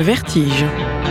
Vertige.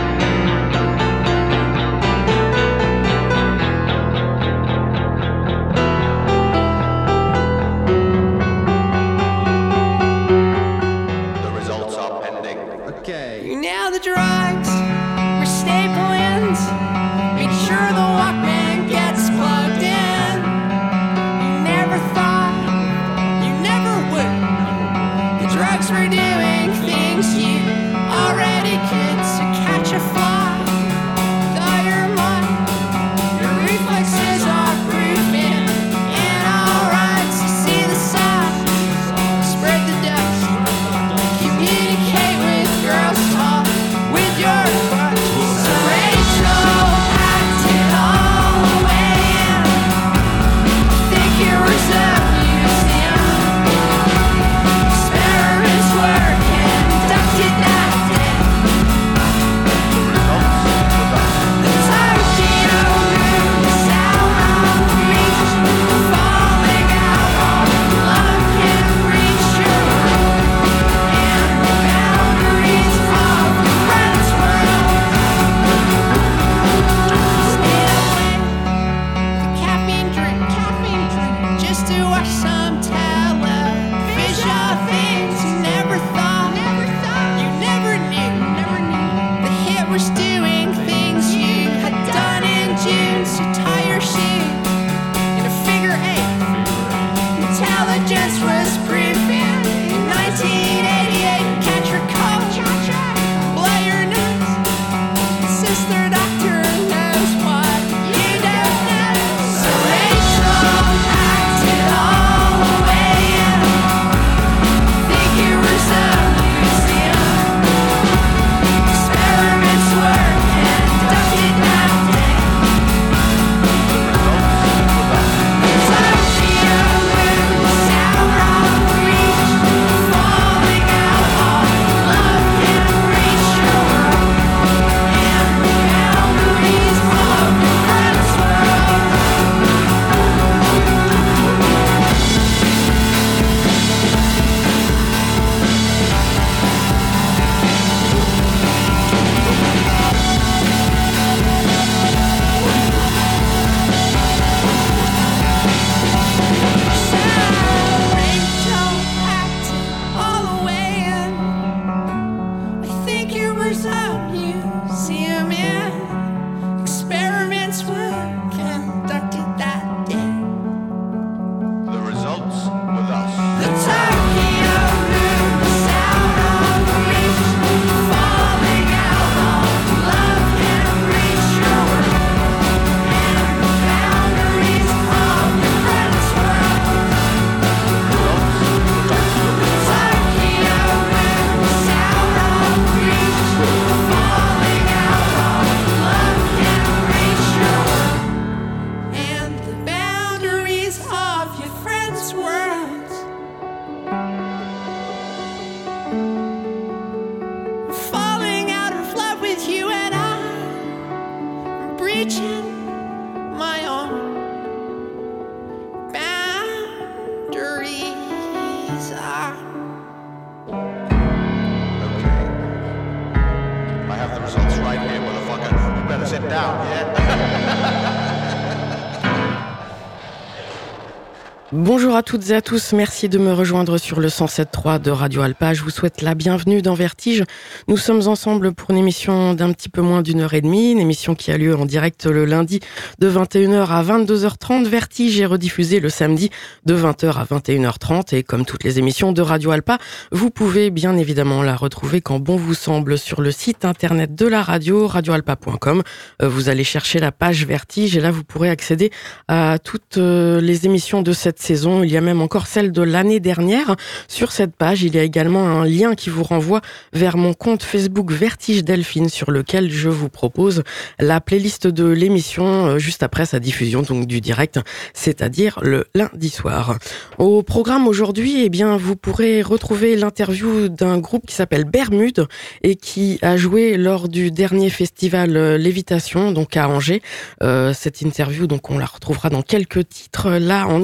Bonjour à toutes et à tous, merci de me rejoindre sur le 107.3 de Radio Alpa. Je vous souhaite la bienvenue dans Vertige. Nous sommes ensemble pour une émission d'un petit peu moins d'une heure et demie, une émission qui a lieu en direct le lundi de 21h à 22h30. Vertige est rediffusé le samedi de 20h à 21h30 et comme toutes les émissions de Radio Alpa, vous pouvez bien évidemment la retrouver quand bon vous semble sur le site internet de la radio, radioalpa.com. Vous allez chercher la page Vertige et là vous pourrez accéder à toutes les émissions de cette saison. Il y a même encore celle de l'année dernière. Sur cette page, il y a également un lien qui vous renvoie vers mon compte Facebook Vertige Delphine sur lequel je vous propose la playlist de l'émission juste après sa diffusion donc du direct, c'est-à-dire le lundi soir. Au programme aujourd'hui, eh bien, vous pourrez retrouver l'interview d'un groupe qui s'appelle Bermude et qui a joué lors du dernier festival Lévitation, donc à Angers. Cette interview, donc, on la retrouvera dans quelques titres. Là, en ouverture,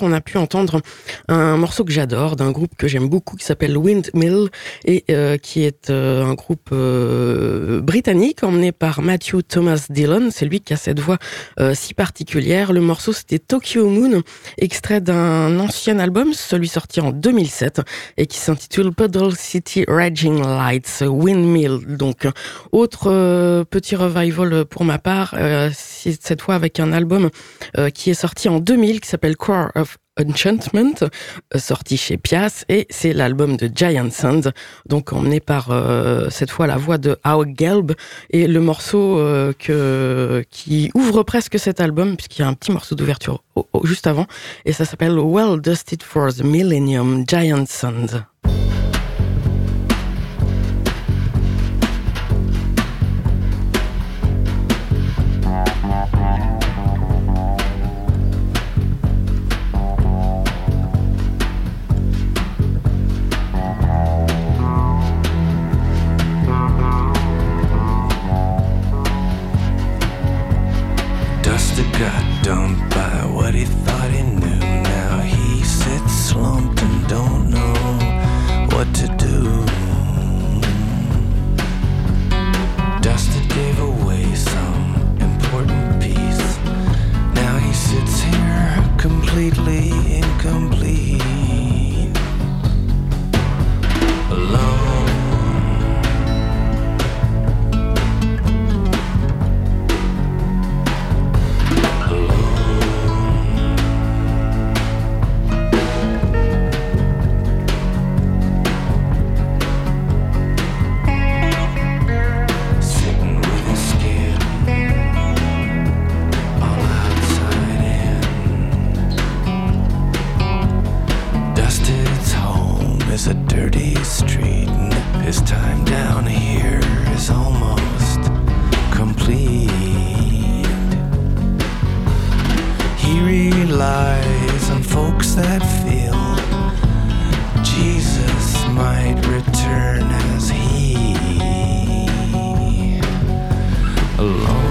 on a pu entendre un morceau que j'adore, d'un groupe que j'aime beaucoup, qui s'appelle Windmill, et qui est un groupe britannique, emmené par Matthew Thomas Dillon. C'est lui qui a cette voix si particulière. Le morceau, c'était Tokyo Moon, extrait d'un ancien album, celui sorti en 2007, et qui s'intitule Puddle City Raging Lights, Windmill. Donc, autre petit revival pour ma part, cette fois avec un album qui est sorti en 2000, qui s'appelle Core of Enchantment, sorti chez Pias, et c'est l'album de Giant Sand, donc emmené par cette fois la voix de Howard Gelb, et le morceau qui ouvre presque cet album, puisqu'il y a un petit morceau d'ouverture juste avant, et ça s'appelle Well Dusted for the Millennium, Giant Sand. Got dumped by what he thought he knew. Now he sits slumped and don't know what to do. Dusted gave away some important piece. Now he sits here completely incomplete, alone. Is a dirty street, and his time down here is almost complete. He relies on folks that feel Jesus might return as he alone.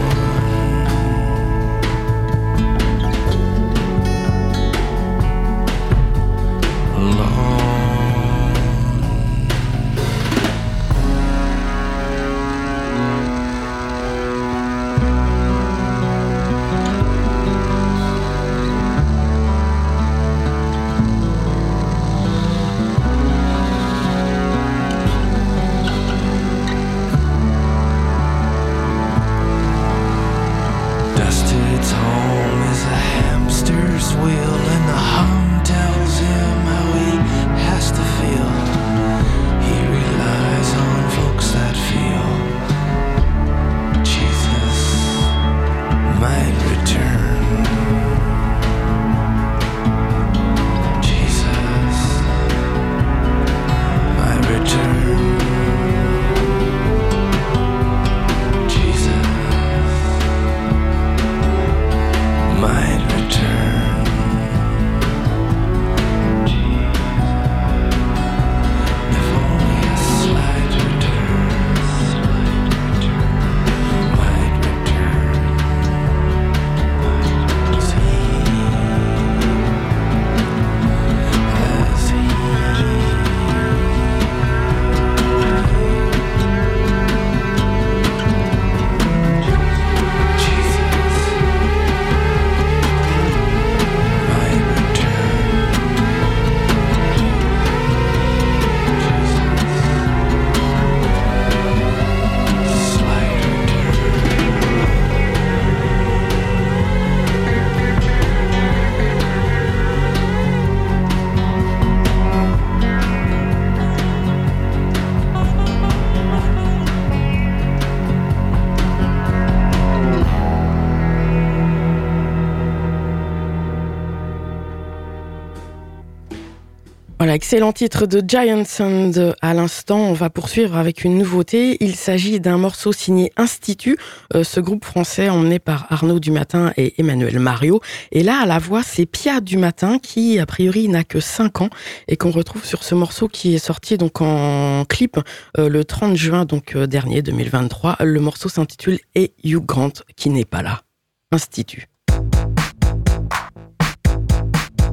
Voilà, excellent titre de Giant Sand à l'instant. On va poursuivre avec une nouveauté. Il s'agit d'un morceau signé Institut, ce groupe français emmené par Arnaud Dumatin et Emmanuel Mario. Et là, à la voix, c'est Pia Dumatin qui, a priori, n'a que 5 ans et qu'on retrouve sur ce morceau qui est sorti donc en clip le 30 juin donc dernier 2023. Le morceau s'intitule « Et Hugh Grant qui n'est pas là ». Institut.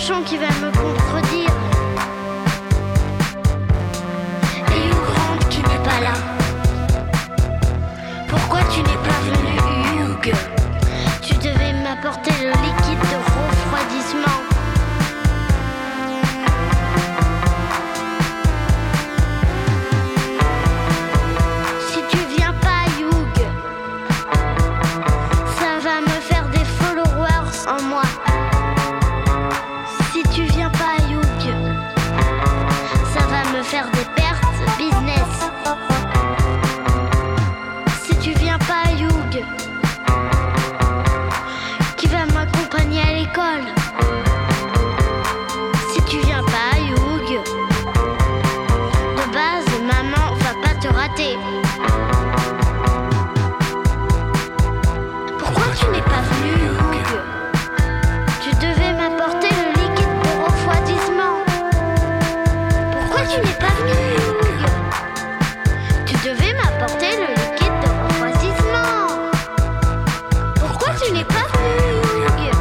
méchant qui va me contredire. Et Hugh Grant qui n'est pas là. Pourquoi tu n'es pas venu, Hugh? Tu devais m'apporter le liquide de refroidissement. Si tu viens pas, Hugh, ça va me faire des followers en moi. Si tu viens pas, Hugh, ça va me faire des pertes business. Si tu viens pas, Hugh, qui va m'accompagner à l'école. Si tu viens pas, Hugh, de base, maman va pas te rater. Pourquoi tu n'es pas venu, Hugh? Tu devais m'apporter le liquide de refroidissement. Pourquoi tu n'es pas venu, Hugh? Tu devais m'apporter le liquide de refroidissement. Pourquoi tu n'es pas venu, Hugh?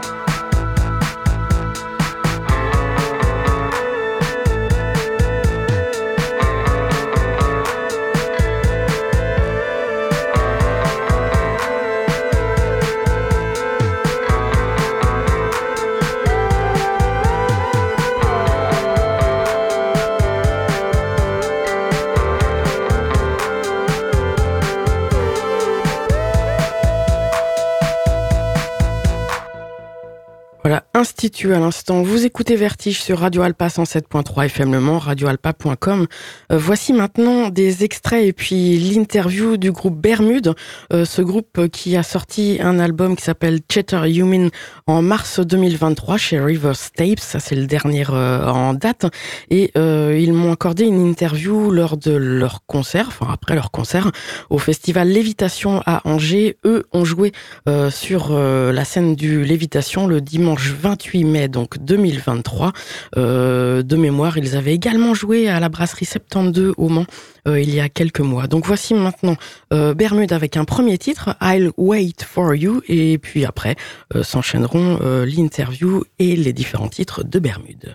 Voilà, Institut à l'instant. Vous écoutez Vertige sur Radio Alpa 107.3 FM Le Mans, radioalpa.com. Voici maintenant des extraits et puis l'interview du groupe Bermude, ce groupe qui a sorti un album qui s'appelle Chatter Human en mars 2023 chez Reverse Tapes. Ça, c'est le dernier en date. Et ils m'ont accordé une interview lors de leur concert, enfin après leur concert, au festival Lévitation à Angers. Eux ont joué sur la scène du Lévitation le dimanche 28 mai donc 2023. De mémoire, ils avaient également joué à la brasserie 72 au Mans il y a quelques mois. Donc voici maintenant Bermude avec un premier titre, I'll Wait For You, et puis après s'enchaîneront l'interview et les différents titres de Bermude.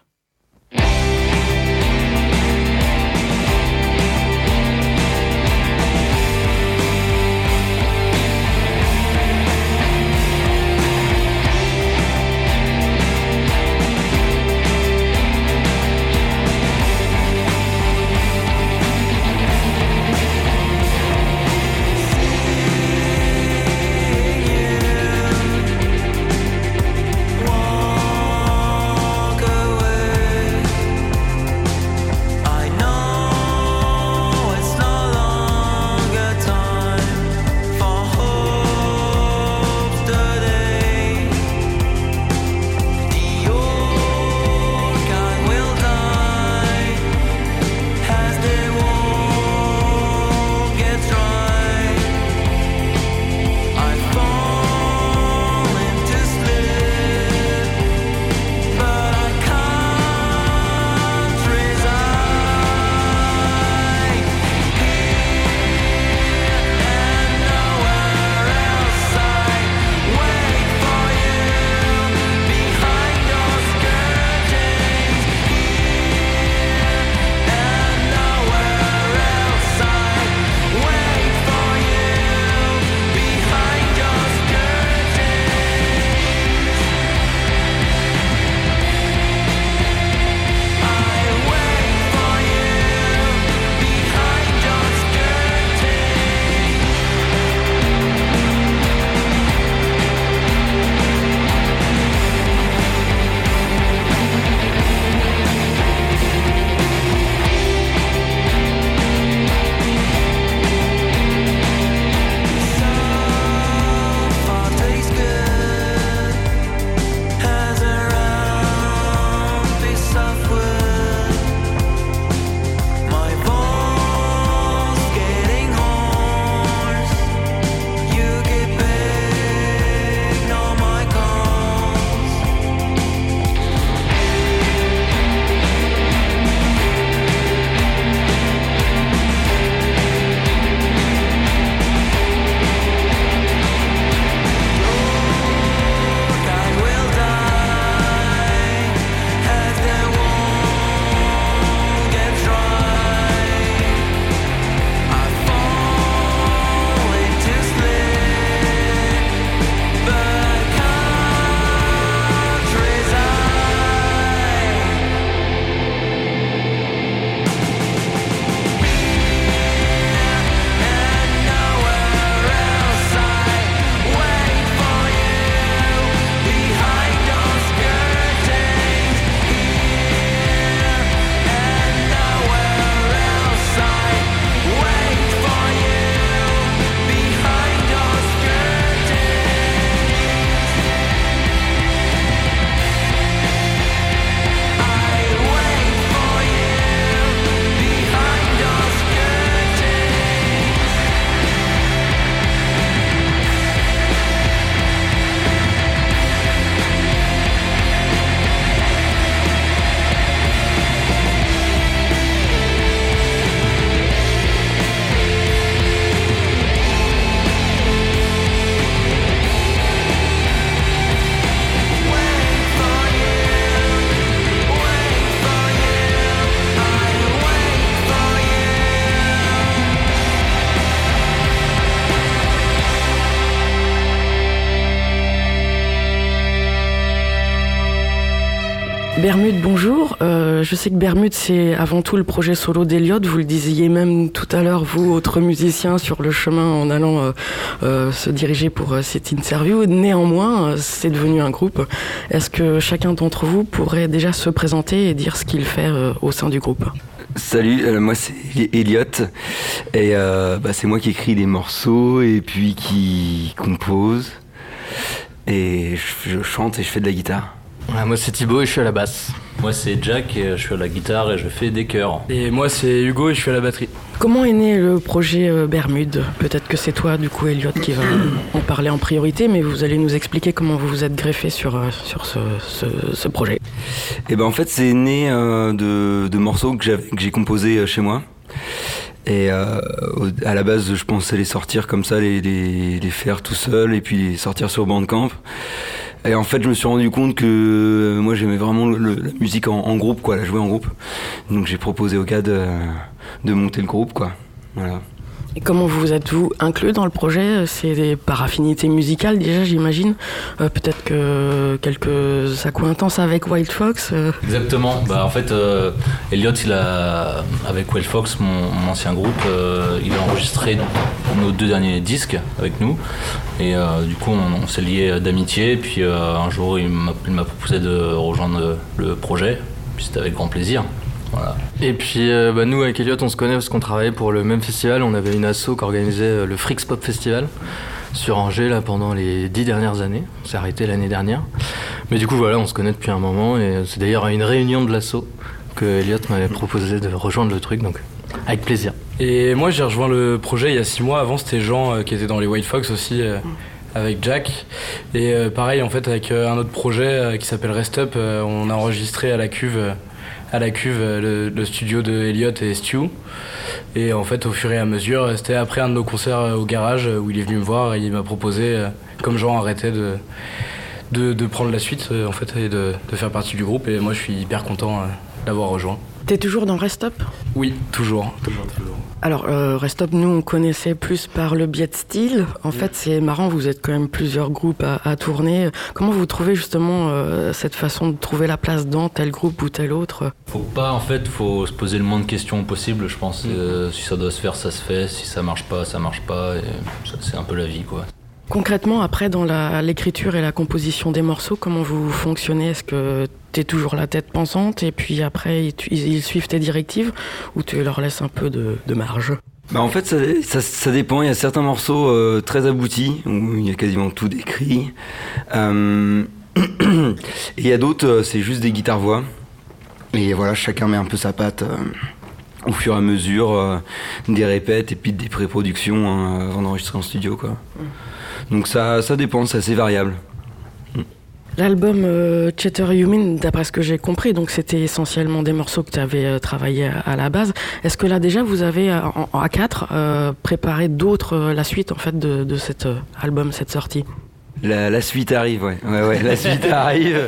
Walk away. Bermude, bonjour. Je sais que Bermude, c'est avant tout le projet solo d'Eliott. Vous le disiez même tout à l'heure, vous, autres musiciens, sur le chemin en allant se diriger pour cette interview. Néanmoins, c'est devenu un groupe. Est-ce que chacun d'entre vous pourrait déjà se présenter et dire ce qu'il fait au sein du groupe ? Salut, moi c'est Eliott et c'est moi qui écris les morceaux et puis qui compose et je chante et je fais de la guitare. Ouais, moi c'est Thibaut et je suis à la basse. Moi c'est Jack et je suis à la guitare et je fais des chœurs. Et moi c'est Hugo et je suis à la batterie. Comment est né le projet Bermude ? Peut-être que c'est toi, du coup, Eliott, qui va en parler en priorité, mais vous allez nous expliquer comment vous vous êtes greffé sur ce projet. Et en fait c'est né de morceaux que j'ai composés chez moi. Et à la base, je pensais les sortir comme ça, les faire tout seul et puis les sortir sur Bandcamp. Et en fait, je me suis rendu compte que moi, j'aimais vraiment la musique en groupe, quoi, la jouer en groupe. Donc, j'ai proposé au gars de monter le groupe, quoi. Voilà. Et comment vous êtes-vous inclus dans le projet ? C'est par affinité musicale déjà, j'imagine. Peut-être que quelques accointances avec Wild Fox. Exactement. En fait, Eliott, avec Wild Fox, mon ancien groupe, il a enregistré nos 2 derniers disques avec nous. Et du coup, on s'est liés d'amitié. Et puis un jour, il m'a proposé de rejoindre le projet. Puis c'était avec grand plaisir. Voilà. Et puis nous avec Eliott on se connaît parce qu'on travaillait pour le même festival. On avait une asso qui organisait le Frix Pop Festival sur Angers là, pendant les 10 dernières années. On s'est arrêté l'année dernière. Mais du coup voilà, on se connaît depuis un moment et c'est d'ailleurs à une réunion de l'asso que Eliott m'avait proposé de rejoindre le truc, donc avec plaisir. Et moi j'ai rejoint le projet il y a 6 mois. Avant c'était Jean qui était dans les Wild Fox aussi avec Jack. Et pareil en fait avec un autre projet qui s'appelle Rest Up, on a enregistré à la cuve le studio de Eliott et Stu. Et en fait au fur et à mesure, c'était après un de nos concerts au garage où il est venu me voir et il m'a proposé, comme Jean arrêtait de prendre la suite en fait et de faire partie du groupe. Et moi je suis hyper content d'avoir rejoint. T'es toujours dans Rest Up ? Oui, toujours. Alors, Rest Up, nous, on connaissait plus par le biais de style. En fait, c'est marrant, vous êtes quand même plusieurs groupes à tourner. Comment vous trouvez justement cette façon de trouver la place dans tel groupe ou tel autre ? Faut se poser le moins de questions possible, je pense. Si ça doit se faire, ça se fait. Si ça marche pas, ça marche pas. Et c'est un peu la vie, quoi. Concrètement, après, dans l'écriture et la composition des morceaux, comment vous fonctionnez ? Est-ce que t'es toujours la tête pensante et puis après, ils suivent tes directives ou tu leur laisses un peu de marge ? En fait, ça dépend. Il y a certains morceaux très aboutis où il y a quasiment tout décrit. Et il y a d'autres, c'est juste des guitares-voix. Et voilà, chacun met un peu sa patte au fur et à mesure, des répètes et puis des pré-productions avant d'enregistrer en studio, quoi. Donc ça dépend, c'est assez variable. L'album Chatter Human, d'après ce que j'ai compris, donc c'était essentiellement des morceaux que tu avais travaillé à la base. Est-ce que là déjà vous avez à 4 préparé d'autres, la suite en fait de cet album, cette sortie ? La suite arrive, ouais, la suite arrive.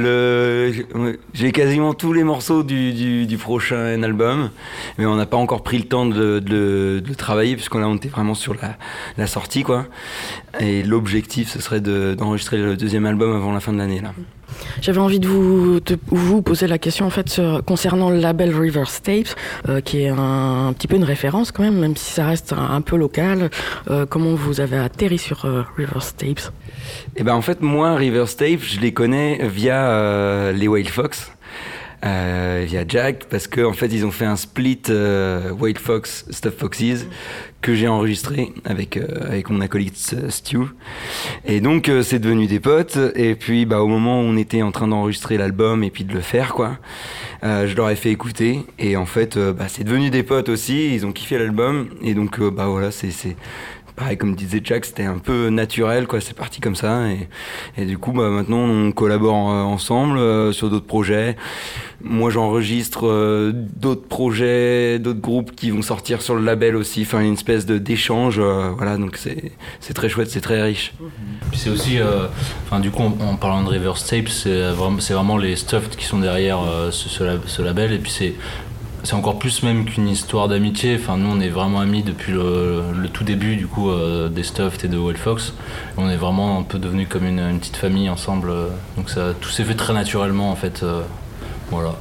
J'ai quasiment tous les morceaux du prochain album, mais on n'a pas encore pris le temps de travailler, puisqu'on on était vraiment sur la sortie, quoi. Et l'objectif, ce serait d'enregistrer le 2e album avant la fin de l'année, là. J'avais envie de vous poser la question en fait concernant le label Reverse Tapes, qui est un petit peu une référence quand même si ça reste un peu local. Comment vous avez atterri sur Reverse Tapes ? En fait, moi, Reverse Tapes, je les connais via les Wild Fox. Via Jack, parce qu'en fait ils ont fait un split Wild Fox, Stuff Foxes que j'ai enregistré avec mon acolyte Stu, et donc c'est devenu des potes. Et puis au moment où on était en train d'enregistrer l'album et puis de le faire, quoi, je leur ai fait écouter et en fait c'est devenu des potes aussi, ils ont kiffé l'album et donc voilà, c'est pareil, comme disait Jack, c'était un peu naturel, quoi. C'est parti comme ça et du coup maintenant on collabore ensemble sur d'autres projets. Moi j'enregistre d'autres projets, d'autres groupes qui vont sortir sur le label aussi, enfin une espèce d'échange, voilà, donc c'est très chouette, c'est très riche. Puis c'est aussi, du coup en parlant de Reverse Tapes, c'est vraiment les Stuffed qui sont derrière ce label, et puis c'est encore plus même qu'une histoire d'amitié. Enfin, nous on est vraiment amis depuis le tout début du coup des Stuffed et de Wild Fox. On est vraiment un peu devenus comme une petite famille ensemble, donc ça tout s'est fait très naturellement en fait. Voilà.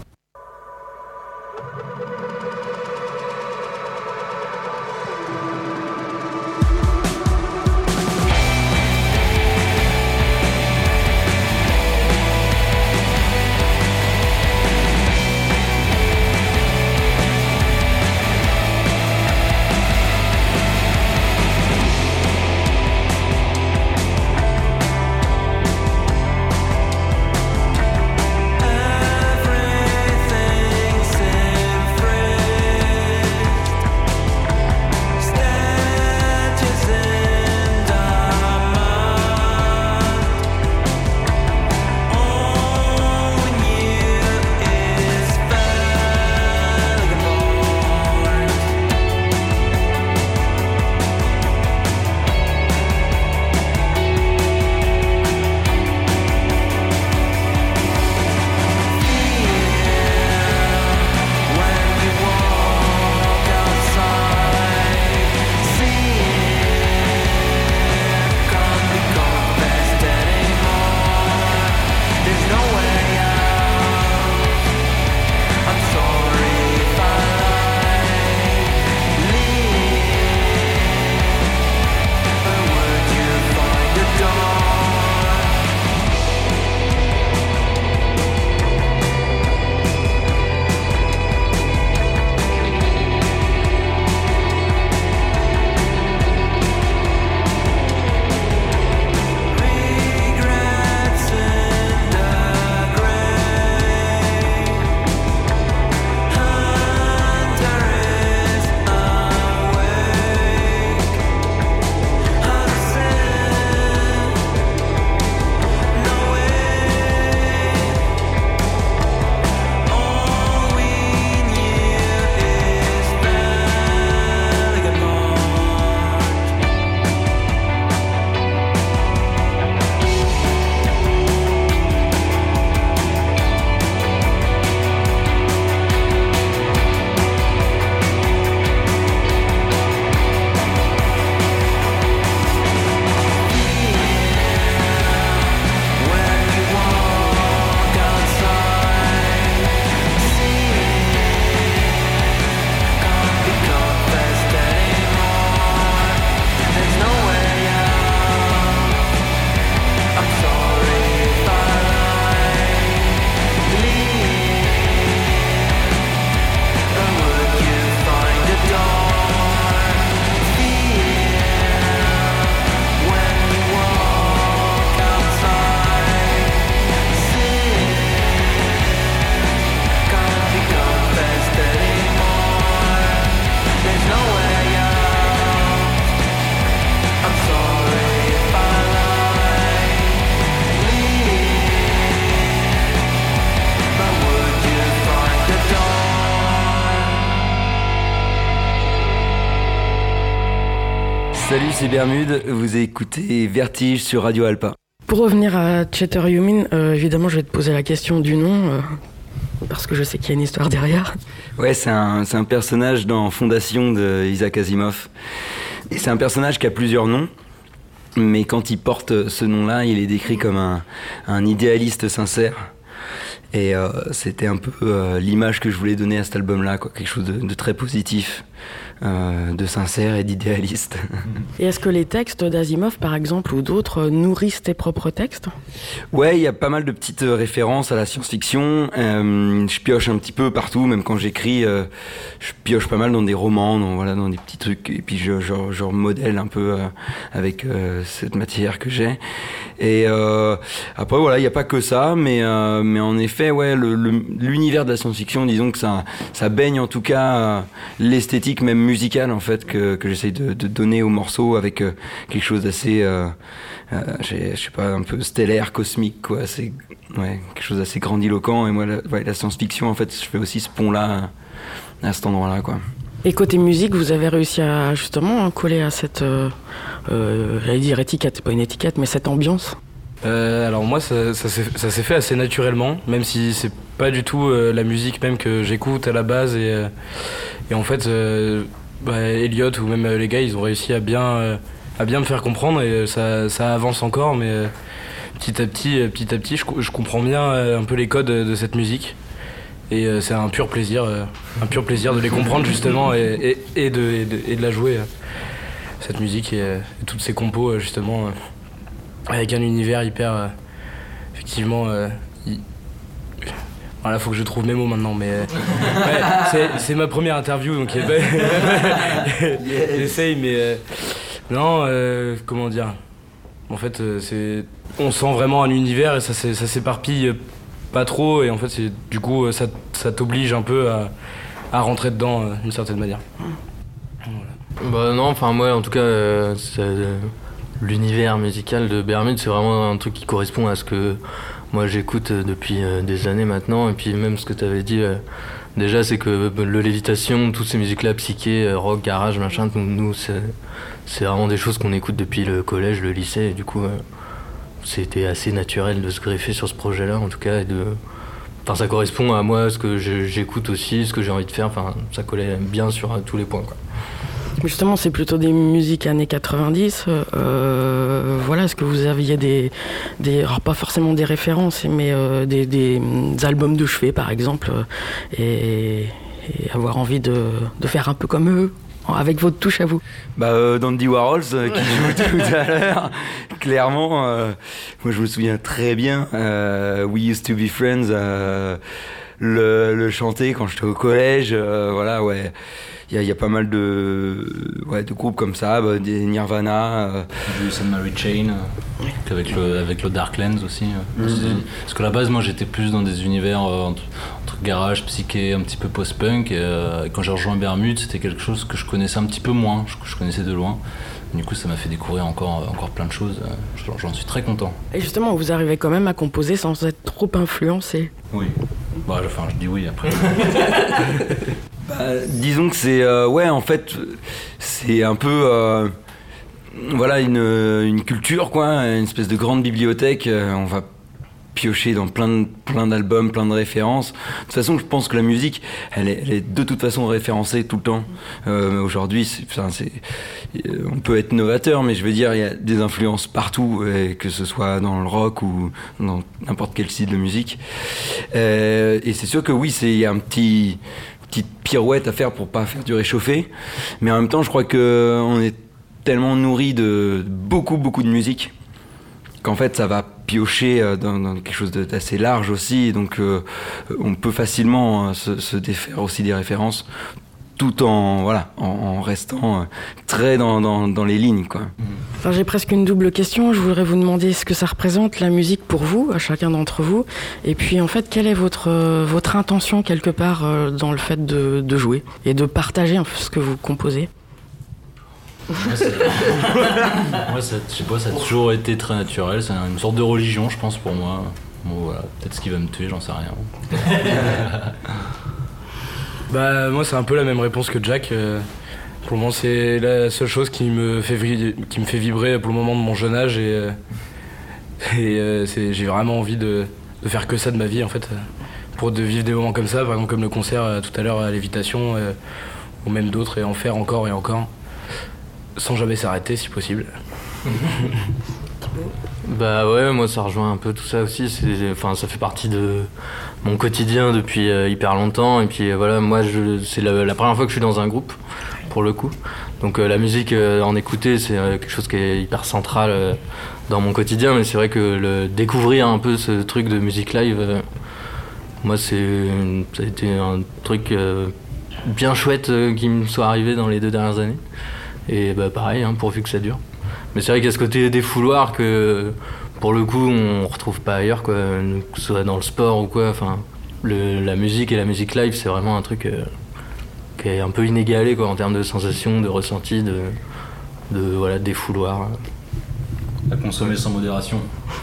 Salut, c'est Bermude, vous écoutez Vertige sur Radio Alpa. Pour revenir à Chatter Human, évidemment je vais te poser la question du nom, parce que je sais qu'il y a une histoire derrière. Ouais, c'est un personnage dans Fondation de Isaac Asimov. Et c'est un personnage qui a plusieurs noms, mais quand il porte ce nom-là, il est décrit comme un idéaliste sincère. Et c'était un peu l'image que je voulais donner à cet album-là, quoi. Quelque chose de très positif, de sincère et d'idéaliste. Et est-ce que les textes d'Asimov, par exemple, ou d'autres, nourrissent tes propres textes ? Ouais, il y a pas mal de petites références à la science-fiction. Je pioche un petit peu partout, même quand j'écris, je pioche pas mal dans des romans, dans des petits trucs. Et puis je remodèle un peu avec cette matière que j'ai. Et après, voilà, il n'y a pas que ça, mais en effet, ouais, l'univers de la science-fiction, disons que ça baigne en tout cas l'esthétique même musicale en fait que j'essaye de donner aux morceaux avec quelque chose d'assez, je sais pas, un peu stellaire, cosmique, quoi. C'est quelque chose d'assez grandiloquent. Et moi, la science-fiction, en fait, je fais aussi ce pont-là à cet endroit-là, quoi. Et côté musique, vous avez réussi à justement coller à cette, j'allais dire étiquette, c'est pas une étiquette, mais cette ambiance. Alors moi ça s'est fait assez naturellement, même si c'est pas du tout la musique même que j'écoute à la base, et en fait Elliot ou même les gars, ils ont réussi à bien me faire comprendre, et ça avance encore, mais petit à petit je comprends bien un peu les codes de cette musique, Et c'est un pur plaisir de les comprendre justement et de la jouer, cette musique et toutes ces compos justement, avec un univers hyper, effectivement, voilà, faut que je trouve mes mots maintenant, mais ouais, c'est ma première interview, donc j'essaye, mais non, comment dire, en fait, on sent vraiment un univers et ça s'éparpille pas trop, et en fait, du coup, ça t'oblige un peu à rentrer dedans d'une certaine manière. Voilà. Bah non, enfin moi en tout cas, l'univers musical de Bermude, c'est vraiment un truc qui correspond à ce que moi j'écoute depuis des années maintenant. Et puis même ce que tu avais dit, déjà c'est que le Lévitation, toutes ces musiques-là, psyché, rock, garage, machin, nous c'est vraiment des choses qu'on écoute depuis le collège, le lycée. Et du coup, c'était assez naturel de se greffer sur ce projet-là en tout cas. Enfin, ça correspond à moi, ce que j'écoute aussi, ce que j'ai envie de faire. Enfin, ça collait bien sur tous les points, quoi. Justement, c'est plutôt des musiques années 90. Voilà, est-ce que vous aviez alors pas forcément des références, mais des albums de chevet, par exemple, et avoir envie de faire un peu comme eux, avec votre touche à vous? Dandy Warhols, qui joue tout à l'heure, clairement, moi je me souviens très bien, We Used to Be Friends, le chanter quand j'étais au collège, voilà, ouais. Il y a pas mal de groupes comme ça, des Nirvana. J'ai eu St. Mary Chain, avec le Darklands aussi. Parce que à la base, moi j'étais plus dans des univers entre garage, psyché, un petit peu post-punk. Et quand j'ai rejoint Bermude, c'était quelque chose que je connaissais un petit peu moins, je connaissais de loin. Du coup, ça m'a fait découvrir encore plein de choses. J'en suis très content. Et justement, vous arrivez quand même à composer sans être trop influencé. Oui. Je dis oui après. Disons que c'est en fait c'est un peu voilà une culture, quoi, une espèce de grande bibliothèque. On va piocher dans plein d'albums, plein de références. De toute façon, je pense que la musique, elle est de toute façon référencée tout le temps. Aujourd'hui, on peut être novateur, mais je veux dire, il y a des influences partout, que ce soit dans le rock ou dans n'importe quel style de musique. Et c'est sûr que oui, il y a petite pirouette à faire pour pas faire du réchauffé, mais en même temps, je crois que on est tellement nourri de beaucoup de musique qu'en fait, ça va piocher dans quelque chose d'assez large aussi, donc on peut facilement se défaire aussi des références, tout en restant très dans les lignes, quoi. Enfin, j'ai presque une double question. Je voudrais vous demander ce que ça représente, la musique, pour vous, à chacun d'entre vous, et puis en fait, quelle est votre intention quelque part dans le fait de jouer et de partager ce que vous composez? Moi, je sais pas, ça a toujours été très naturel. C'est une sorte de religion, je pense, pour moi. Bon, voilà, peut-être ce qui va me tuer, j'en sais rien. Moi, c'est un peu la même réponse que Jack. Pour le moment, c'est la seule chose qui me fait vibrer pour le moment de mon jeune âge. Et j'ai vraiment envie de faire que ça de ma vie, en fait. De vivre des moments comme ça, par exemple comme le concert tout à l'heure à Lévitation, ou même d'autres, et en faire encore et encore. Sans jamais s'arrêter, si possible. Ouais, moi ça rejoint un peu tout ça aussi. Ça fait partie de mon quotidien depuis hyper longtemps. Et puis voilà, moi c'est la première fois que je suis dans un groupe, pour le coup. Donc la musique, en écouter, c'est quelque chose qui est hyper central dans mon quotidien. Mais c'est vrai que découvrir un peu ce truc de musique live, moi ça a été un truc bien chouette qui me soit arrivé dans les 2 dernières années. Et pareil, pourvu que ça dure. Mais c'est vrai qu'il y a ce côté défouloir que, pour le coup, on retrouve pas ailleurs, quoi, que ce soit dans le sport ou quoi. Enfin, la musique et la musique live, c'est vraiment un truc qui est un peu inégalé, quoi, en termes de sensations, de ressenti, de défouloir. À consommer sans modération.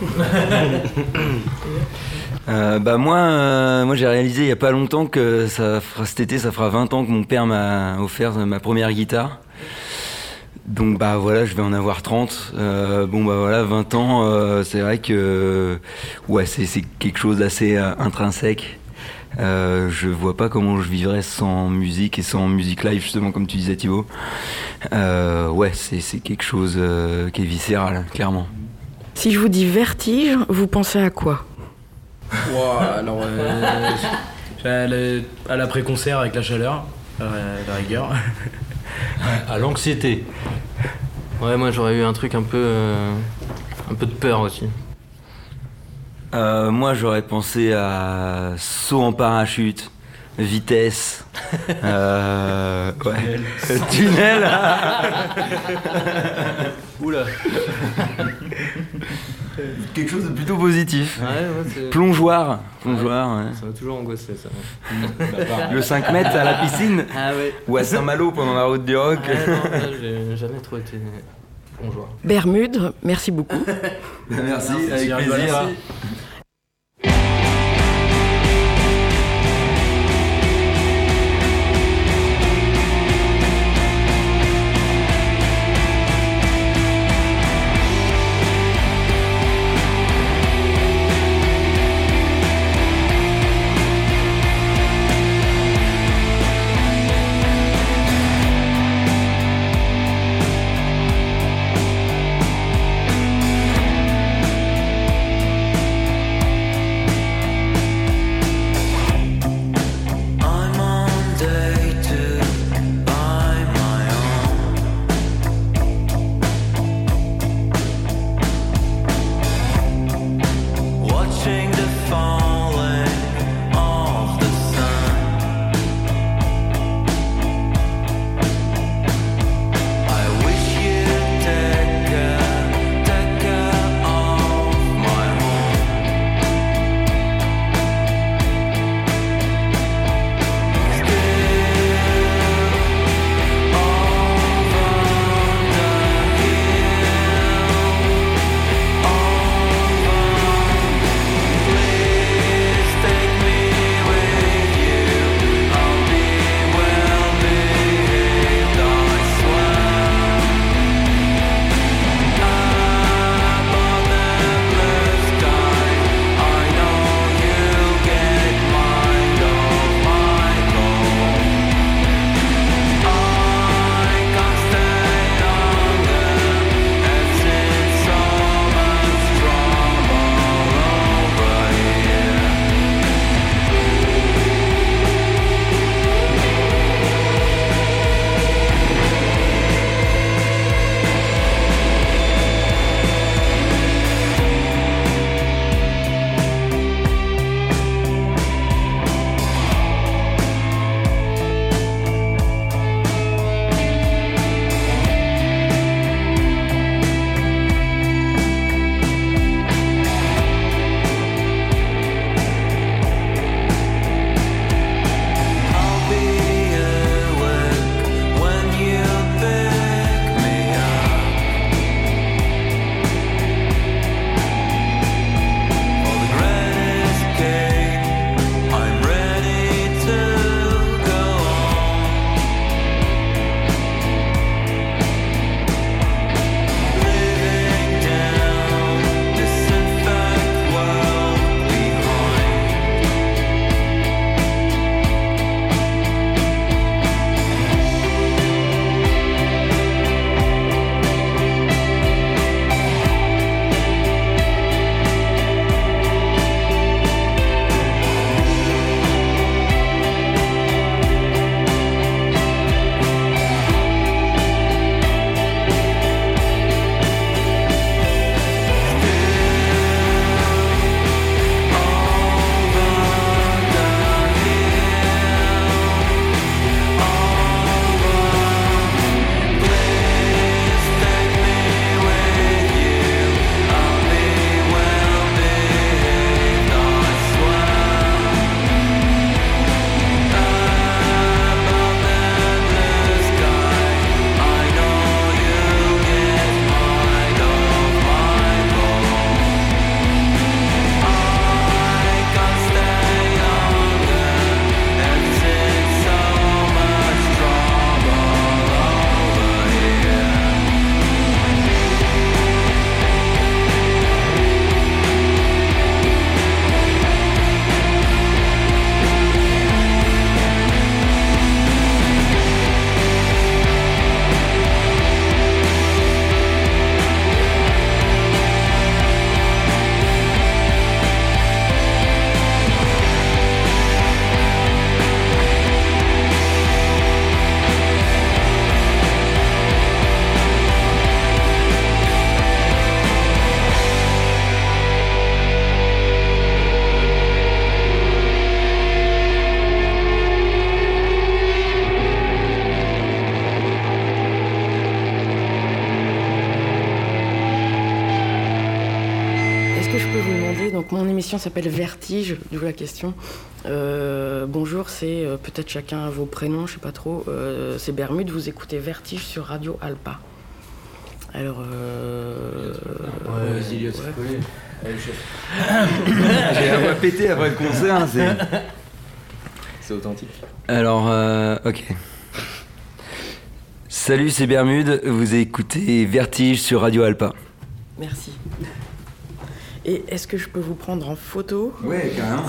Moi j'ai réalisé il y a pas longtemps que cet été ça fera 20 ans que mon père m'a offert ma première guitare. Donc je vais en avoir 30. 20 ans, c'est vrai que c'est quelque chose d'assez intrinsèque. Je vois pas comment je vivrais sans musique et sans musique live, justement, comme tu disais, Thibaut. C'est quelque chose qui est viscéral, clairement. Si je vous dis vertige, vous pensez à quoi? À l'après-concert avec la chaleur, à la rigueur. À l'anxiété. Ouais, moi j'aurais eu un truc un peu de peur aussi. Moi, j'aurais pensé à saut en parachute, vitesse, tunnel. Oula. Quelque chose de plutôt positif. C'est... Plongeoir. Ouais. Ça m'a toujours angoissé ça. Le 5 mètres à la piscine. Ah ouais. Ou à Saint-Malo pendant la route du rock. Ah non, là, j'ai jamais trop été plongeoir. Bermude, merci beaucoup. Merci, avec plaisir. Merci. Donc mon émission s'appelle Vertige, d'où la question. Bonjour, c'est peut-être chacun vos prénoms, je sais pas trop. C'est Bermude, vous écoutez Vertige sur Radio Alpa. Alors... Vas-y, Elliot, c'est collé. Allez, chef. J'ai la voix pétée après le concert, c'est authentique. Alors, ok. Salut, c'est Bermude, vous écoutez Vertige sur Radio Alpa. Merci. Et est-ce que je peux vous prendre en photo ? Ouais, carrément.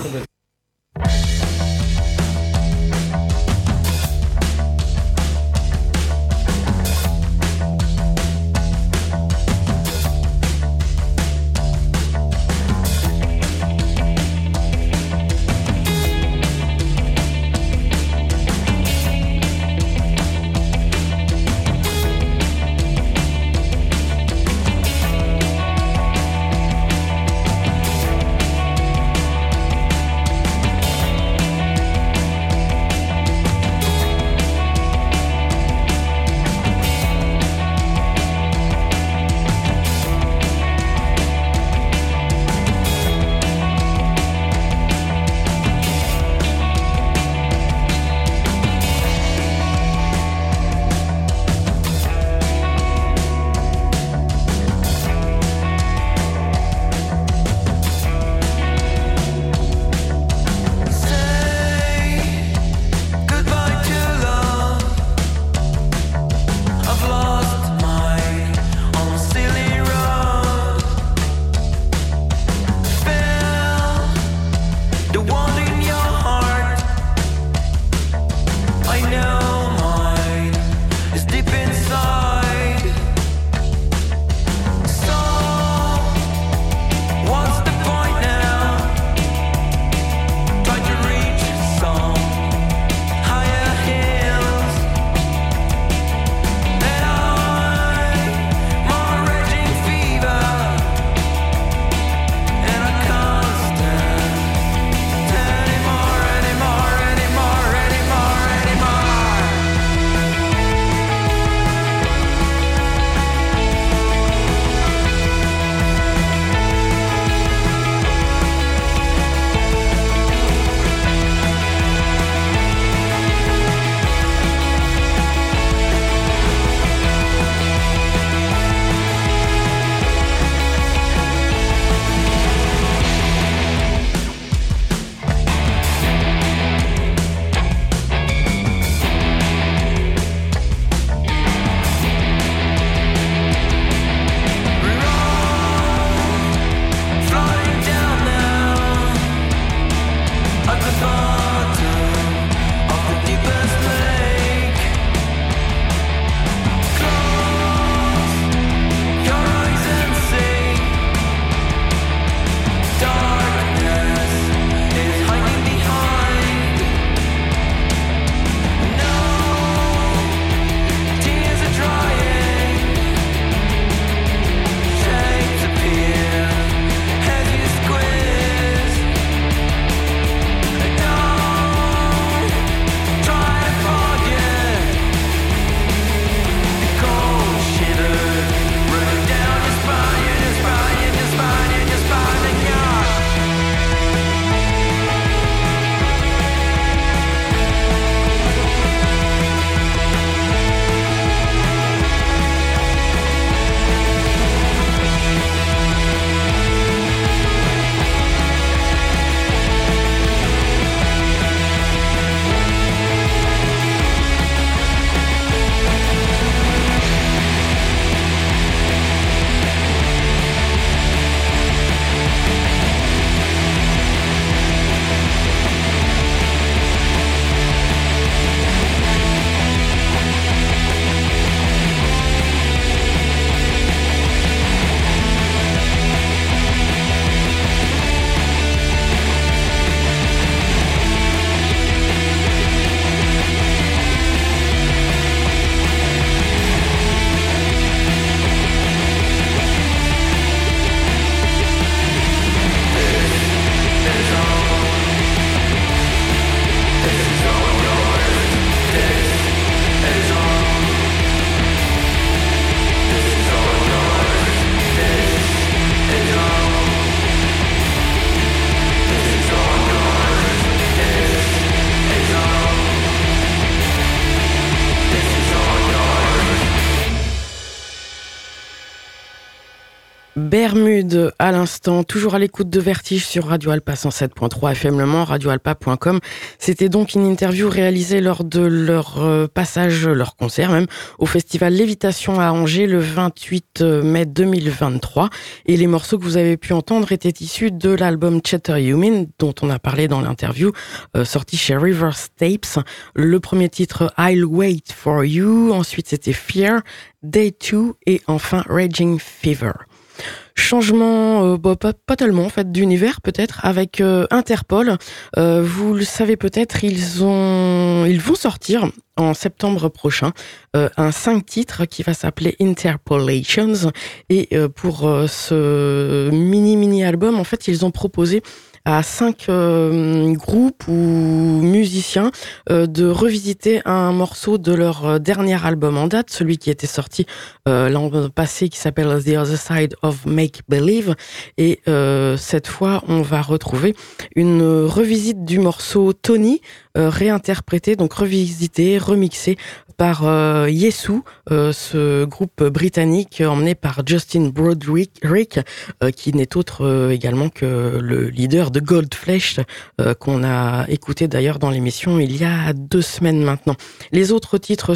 Bermude à l'instant, toujours à l'écoute de Vertige sur Radio Alpa 107.3 FM Le Mans, radioalpa.com. C'était donc une interview réalisée lors de leur passage, leur concert même, au festival Lévitation à Angers le 28 mai 2023. Et les morceaux que vous avez pu entendre étaient issus de l'album Chatter Human, dont on a parlé dans l'interview, sorti chez Reverse Tapes. Le premier titre, I'll Wait For You. Ensuite, c'était Fear, Day 2 et enfin Raging Fever. Changement, pas tellement en fait d'univers peut-être avec Interpol. Vous le savez peut-être, ils vont sortir en septembre prochain un 5 titres qui va s'appeler Interpolations et pour ce mini album en fait ils ont proposé à 5 groupes ou musiciens de revisiter un morceau de leur dernier album en date, celui qui était sorti l'an passé, qui s'appelle The Other Side of Make Believe. Et cette fois, on va retrouver une revisite du morceau Tony, réinterprété, donc revisité, remixé par Yesu, ce groupe britannique emmené par Justin Broderick, qui n'est autre également que le leader de Goldflesh, qu'on a écouté d'ailleurs dans l'émission il y a 2 semaines maintenant. Les autres titres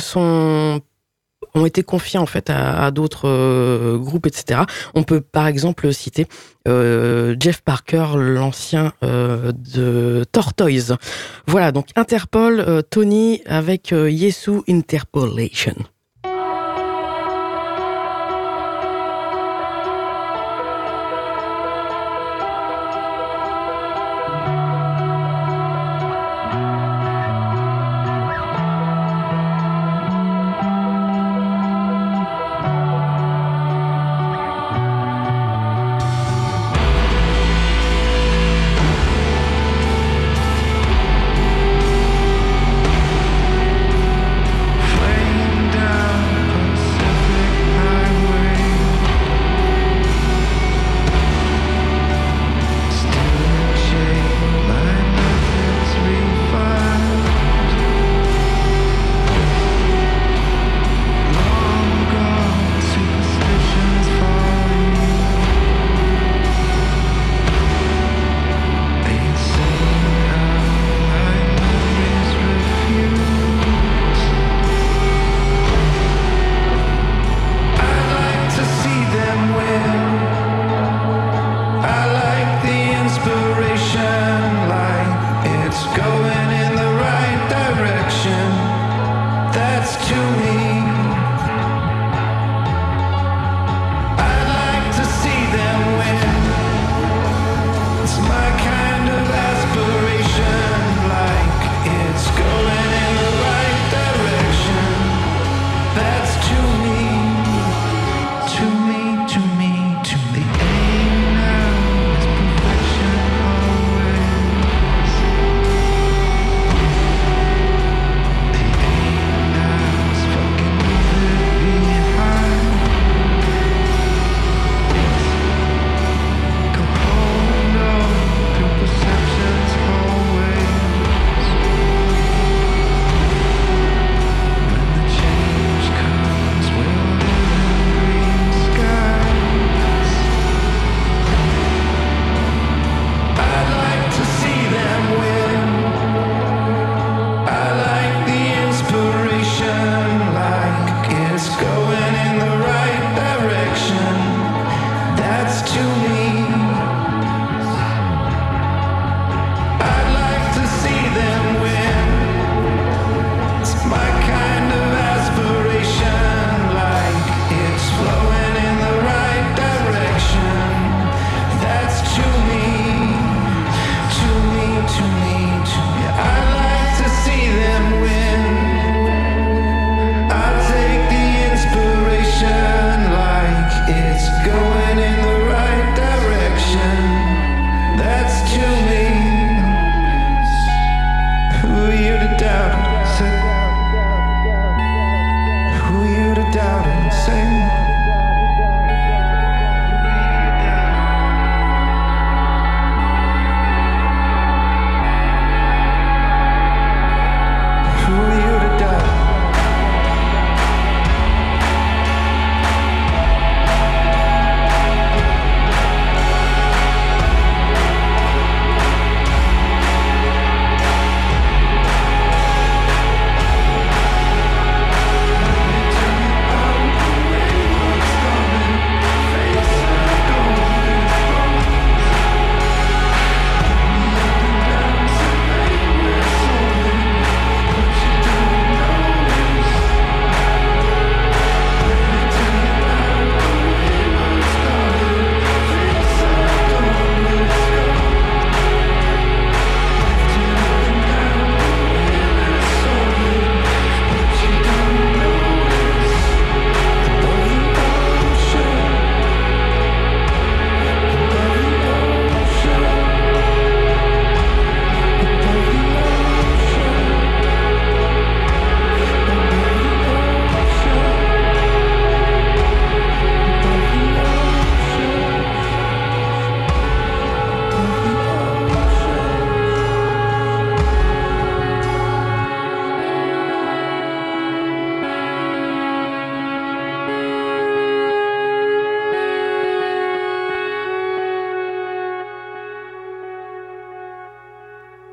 ont été confiés en fait à d'autres groupes, etc. On peut par exemple citer Jeff Parker, l'ancien de Tortoise. Voilà, donc Interpol, Tony avec Yesu, Interpolation. Flame down.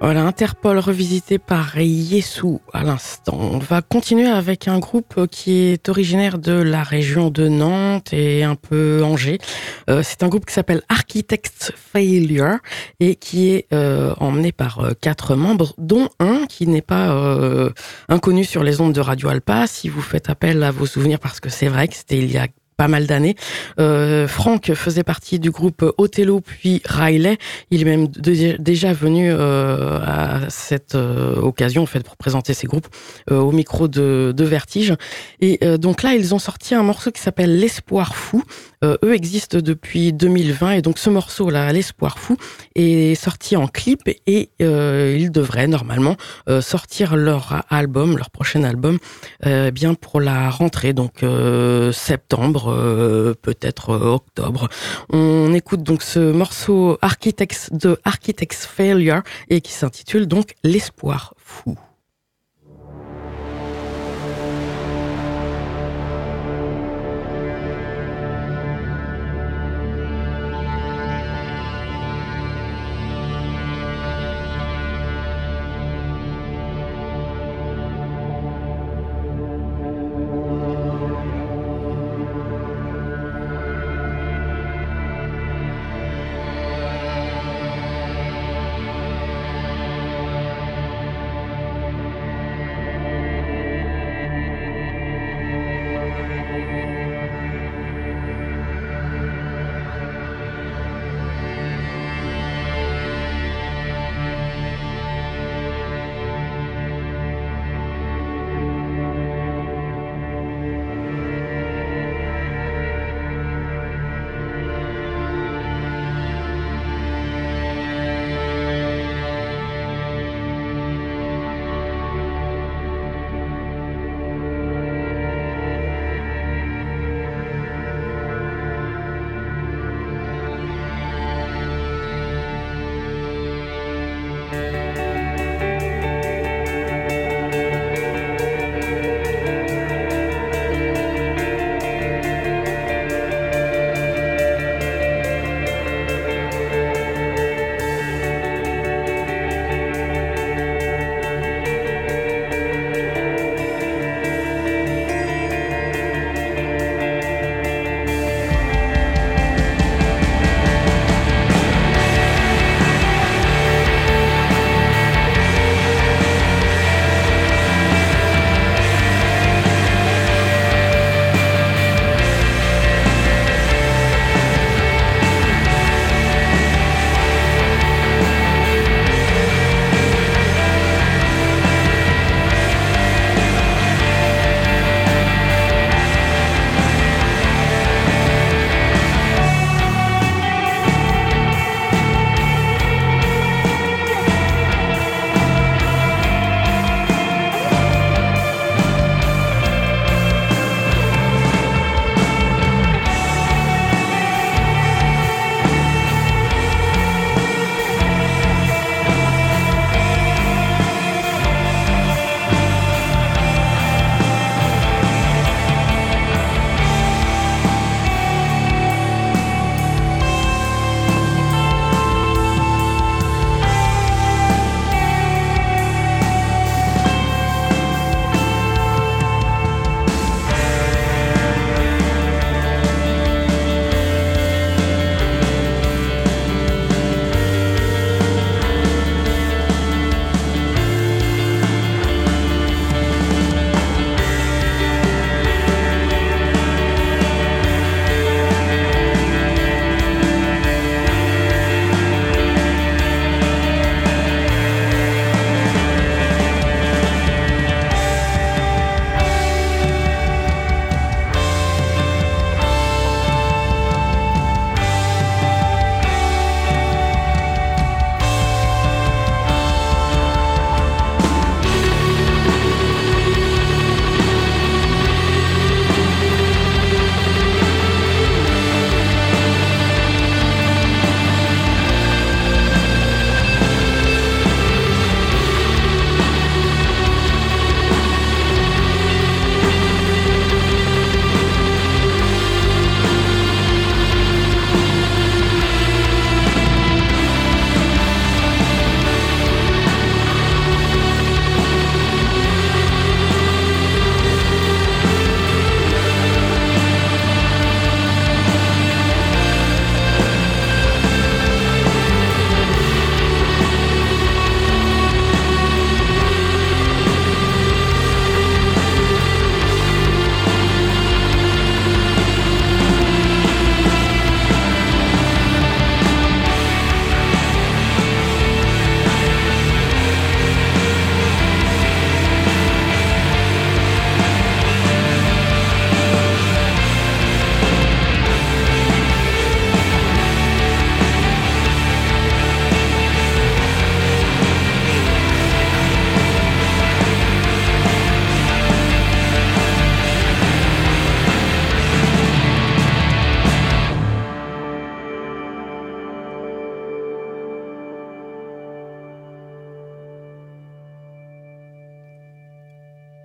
Voilà, Interpol revisité par Yessou à l'instant. On va continuer avec un groupe qui est originaire de la région de Nantes et un peu Angers. C'est un groupe qui s'appelle Architects Failure et qui est emmené par 4 membres, dont un qui n'est pas inconnu sur les ondes de Radio Alpa. Si vous faites appel à vos souvenirs, parce que c'est vrai que c'était il y a pas mal d'années. Franck faisait partie du groupe Othello puis Riley. Il est même déjà venu à cette occasion en fait pour présenter ses groupes au micro de Vertige. Et donc là, ils ont sorti un morceau qui s'appelle L'Espoir Fou. Eux existent depuis 2020 et donc ce morceau-là, L'Espoir Fou, est sorti en clip et ils devraient normalement sortir leur album, leur prochain album, bien pour la rentrée, donc septembre, peut-être octobre. On écoute donc ce morceau Architects Failure et qui s'intitule donc L'Espoir Fou.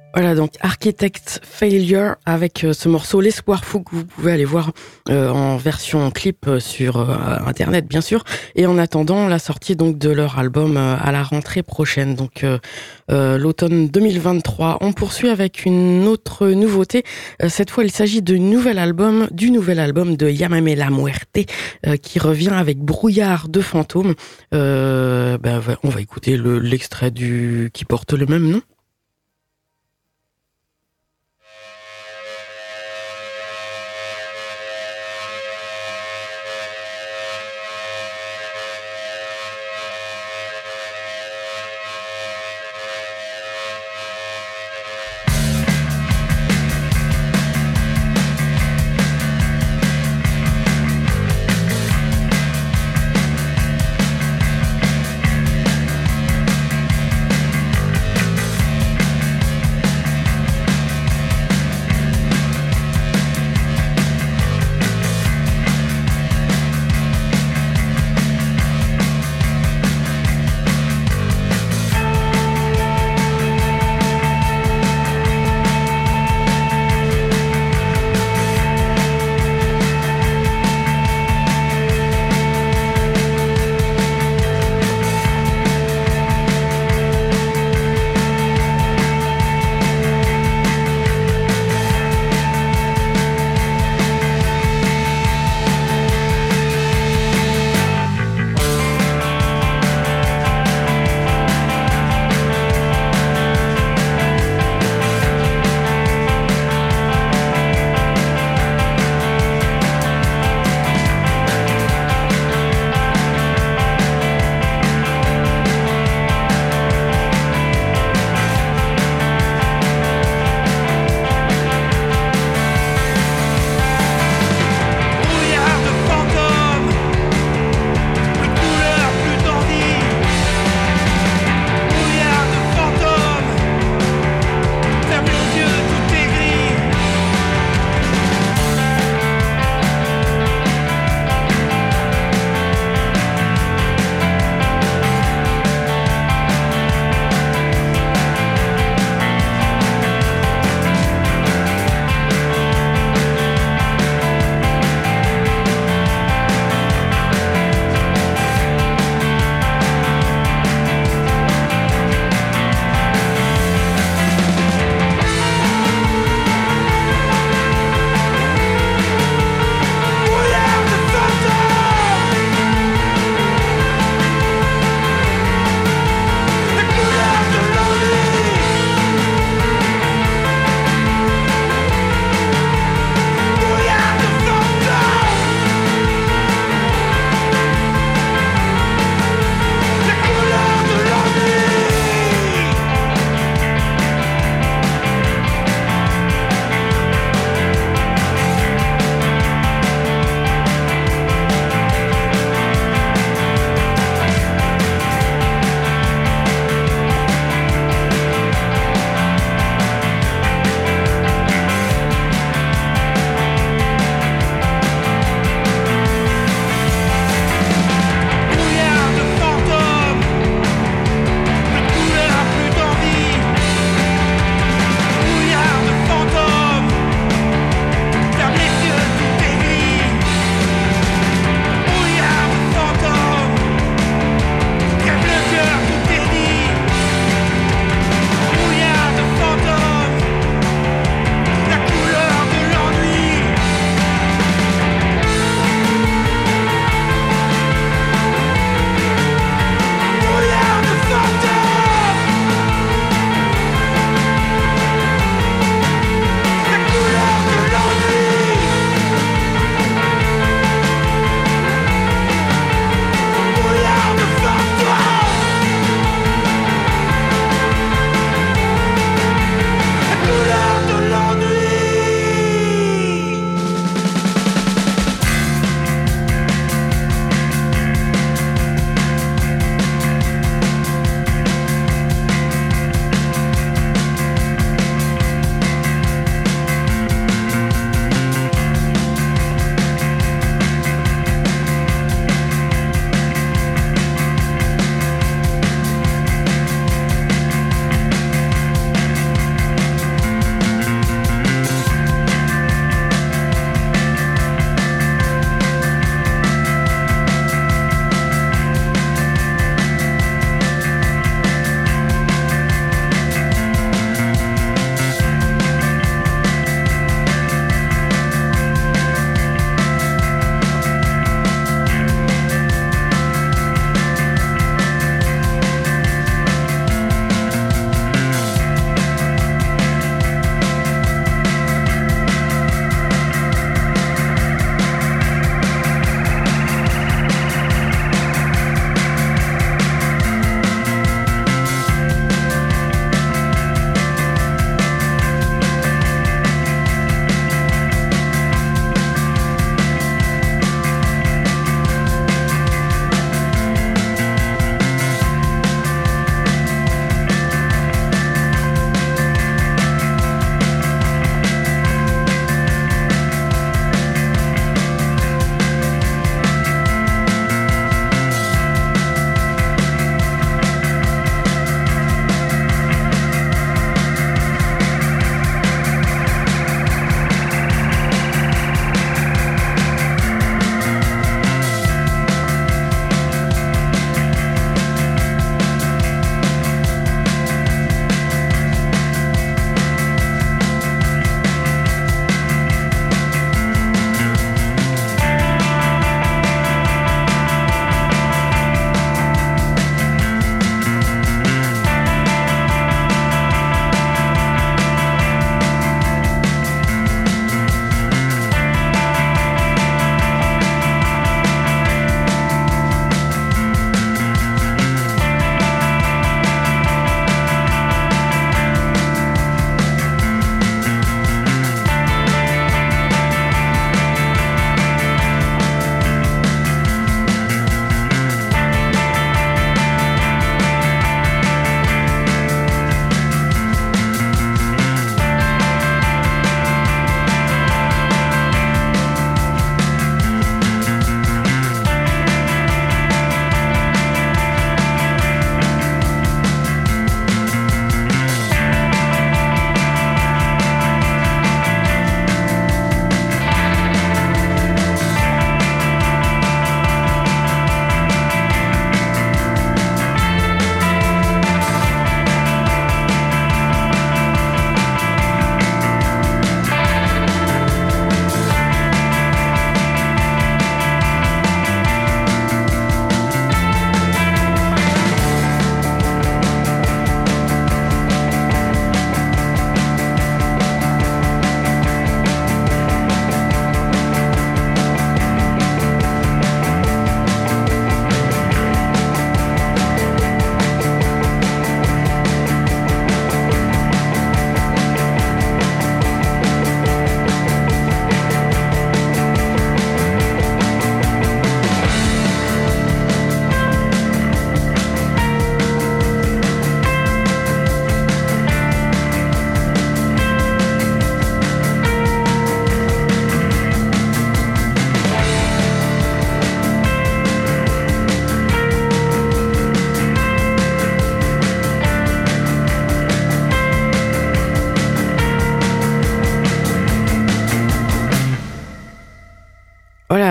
Voilà, donc Architect Failure avec ce morceau L'espoir fou que vous pouvez aller voir en version clip sur internet bien sûr, et en attendant la sortie donc de leur album à la rentrée prochaine, donc l'automne 2023. On poursuit avec une autre nouveauté. Cette fois, il s'agit du nouvel album de Yamame La Muerte qui revient avec Brouillard de fantômes. On va écouter l'extrait qui porte le même nom.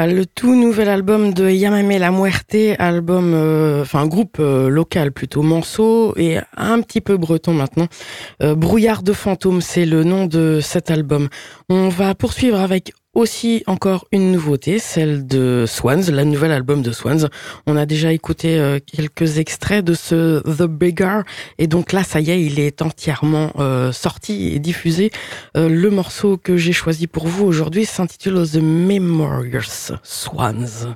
Voilà, le tout nouvel album de Yamame La Muerte, groupe local plutôt, Manceau, et un petit peu breton maintenant. Brouillard de fantômes, c'est le nom de cet album. On va poursuivre avec aussi encore une nouveauté, celle de Swans, le nouvel album de Swans. On a déjà écouté quelques extraits de ce The Beggar, et donc là, ça y est, il est entièrement sorti et diffusé. Le morceau que j'ai choisi pour vous aujourd'hui s'intitule The Memories, Swans.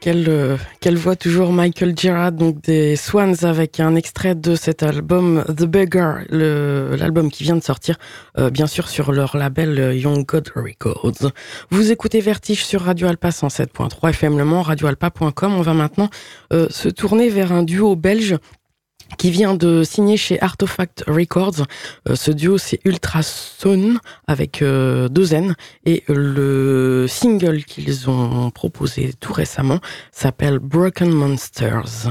Quelle voix toujours, Michael Gerard, donc des Swans, avec un extrait de cet album The Beggar, l'album qui vient de sortir, bien sûr sur leur label Young God Records. Vous écoutez Vertige sur Radio Alpa 107.3 FM Le Mans, radioalpa.com. On va maintenant se tourner vers un duo belge qui vient de signer chez Artefact Records. Ce duo, c'est Ultrason avec 2 N, et le single qu'ils ont proposé tout récemment s'appelle Broken Monsters.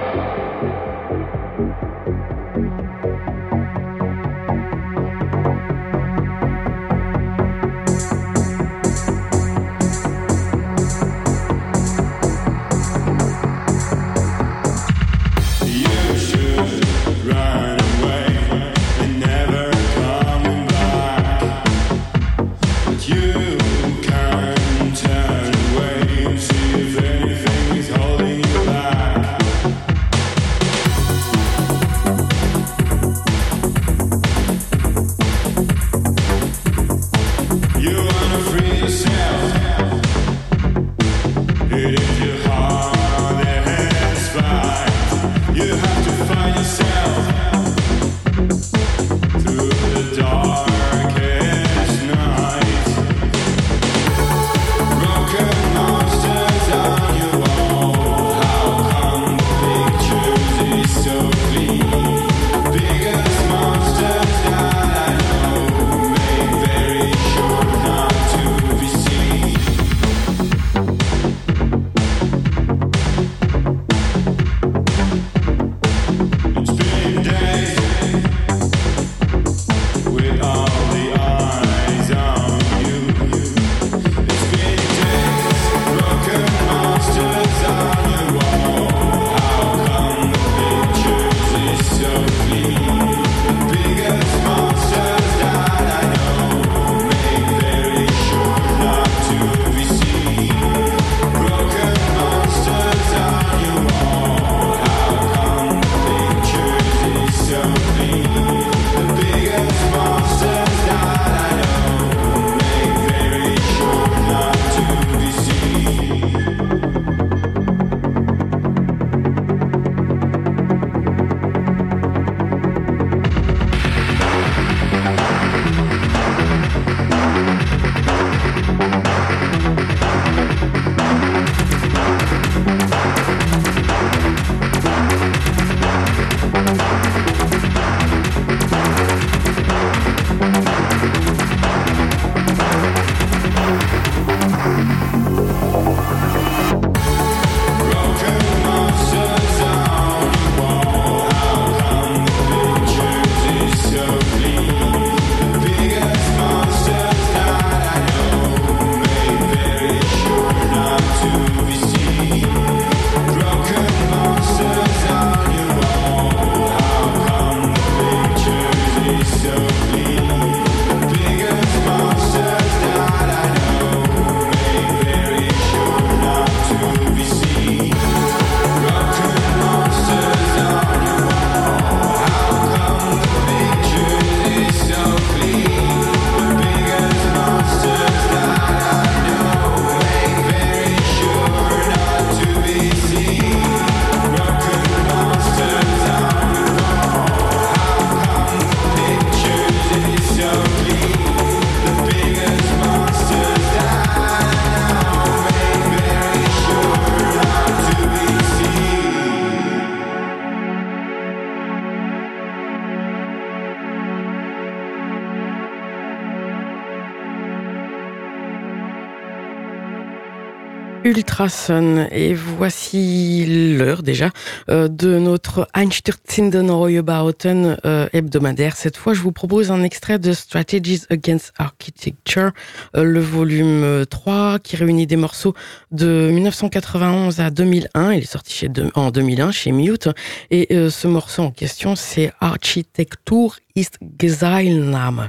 Ultrason, et voici l'heure déjà de notre Einstürzen Neubauten hebdomadaire. Cette fois, je vous propose un extrait de Strategies Against Architecture, le volume 3, qui réunit des morceaux de 1991 à 2001. Il est sorti en 2001 chez Mute, et ce morceau en question, c'est Architektur ist Geseilnahme.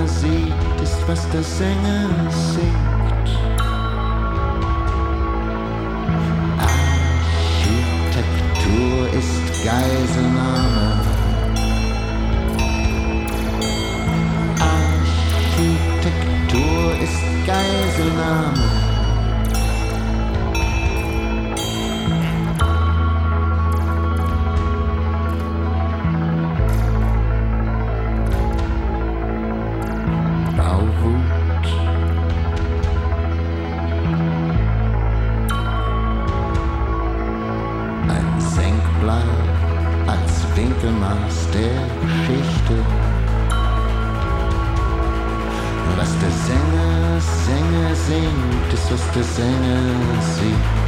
Sänger sieht, ist, was der Sänger singt. Architektur ist Geiselnahme. Architektur ist Geiselnahme. Bauwut. Ein Senkblei als Winkelmaß der Geschichte. Was der Sänger singt, ist, was der Sänger sieht.